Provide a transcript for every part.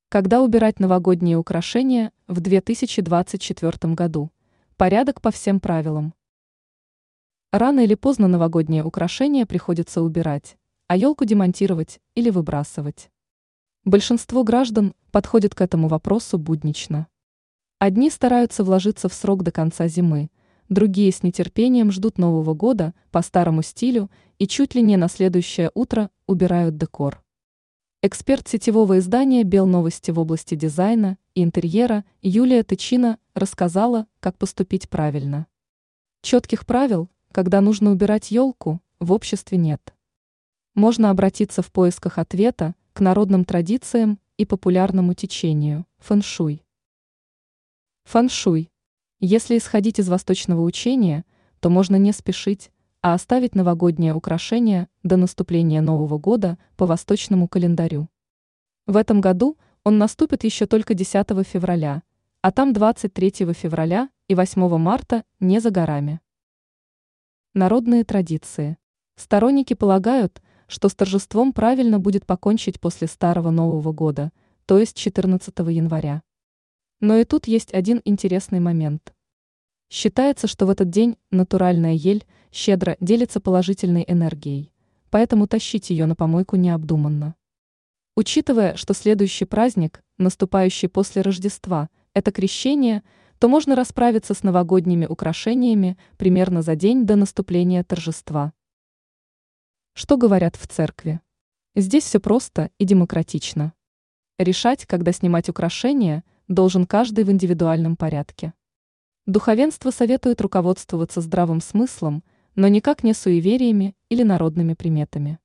Когда убирать новогодние украшения в 2024 году? Порядок по всем правилам. Рано или поздно новогодние украшения приходится убирать, а елку демонтировать или выбрасывать. Большинство граждан подходит к этому вопросу буднично. Одни стараются вложиться в срок до конца зимы, другие с нетерпением ждут Нового года по старому стилю и чуть ли не на следующее утро убирают декор. Эксперт сетевого издания «Белновости» в области дизайна и интерьера Юлия Тычина рассказала, как поступить правильно. Четких правил, когда нужно убирать елку, в обществе нет. Можно обратиться в поисках ответа к народным традициям и популярному течению – фэншуй. Фэншуй. Если исходить из восточного учения, то можно не спешить, а оставить новогодние украшения до наступления Нового года по восточному календарю. В этом году он наступит еще только 10 февраля, а там 23 февраля и 8 марта не за горами. Народные традиции. Сторонники полагают, что с торжеством правильно будет покончить после Старого Нового года, то есть 14 января. Но и тут есть один интересный момент. Считается, что в этот день натуральная ель щедро делится положительной энергией, поэтому тащить ее на помойку необдуманно. Учитывая, что следующий праздник, наступающий после Рождества, это Крещение, то можно расправиться с новогодними украшениями примерно за день до наступления торжества. Что говорят в церкви? Здесь все просто и демократично. Решать, когда снимать украшения, должен каждый в индивидуальном порядке. Духовенство советует руководствоваться здравым смыслом, но никак не суевериями или народными приметами.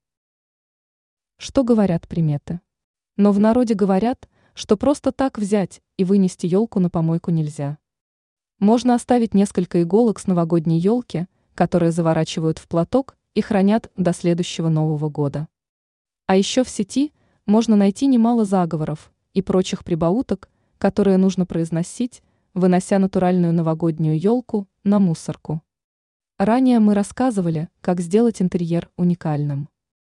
Что говорят приметы? Но в народе говорят, что просто так взять и вынести елку на помойку нельзя. Можно оставить несколько иголок с новогодней елки, которые заворачивают в платок и хранят до следующего Нового года. А еще в сети можно найти немало заговоров и прочих прибауток, которые нужно произносить, вынося натуральную новогоднюю елку на мусорку. Ранее мы рассказывали, как сделать интерьер уникальным.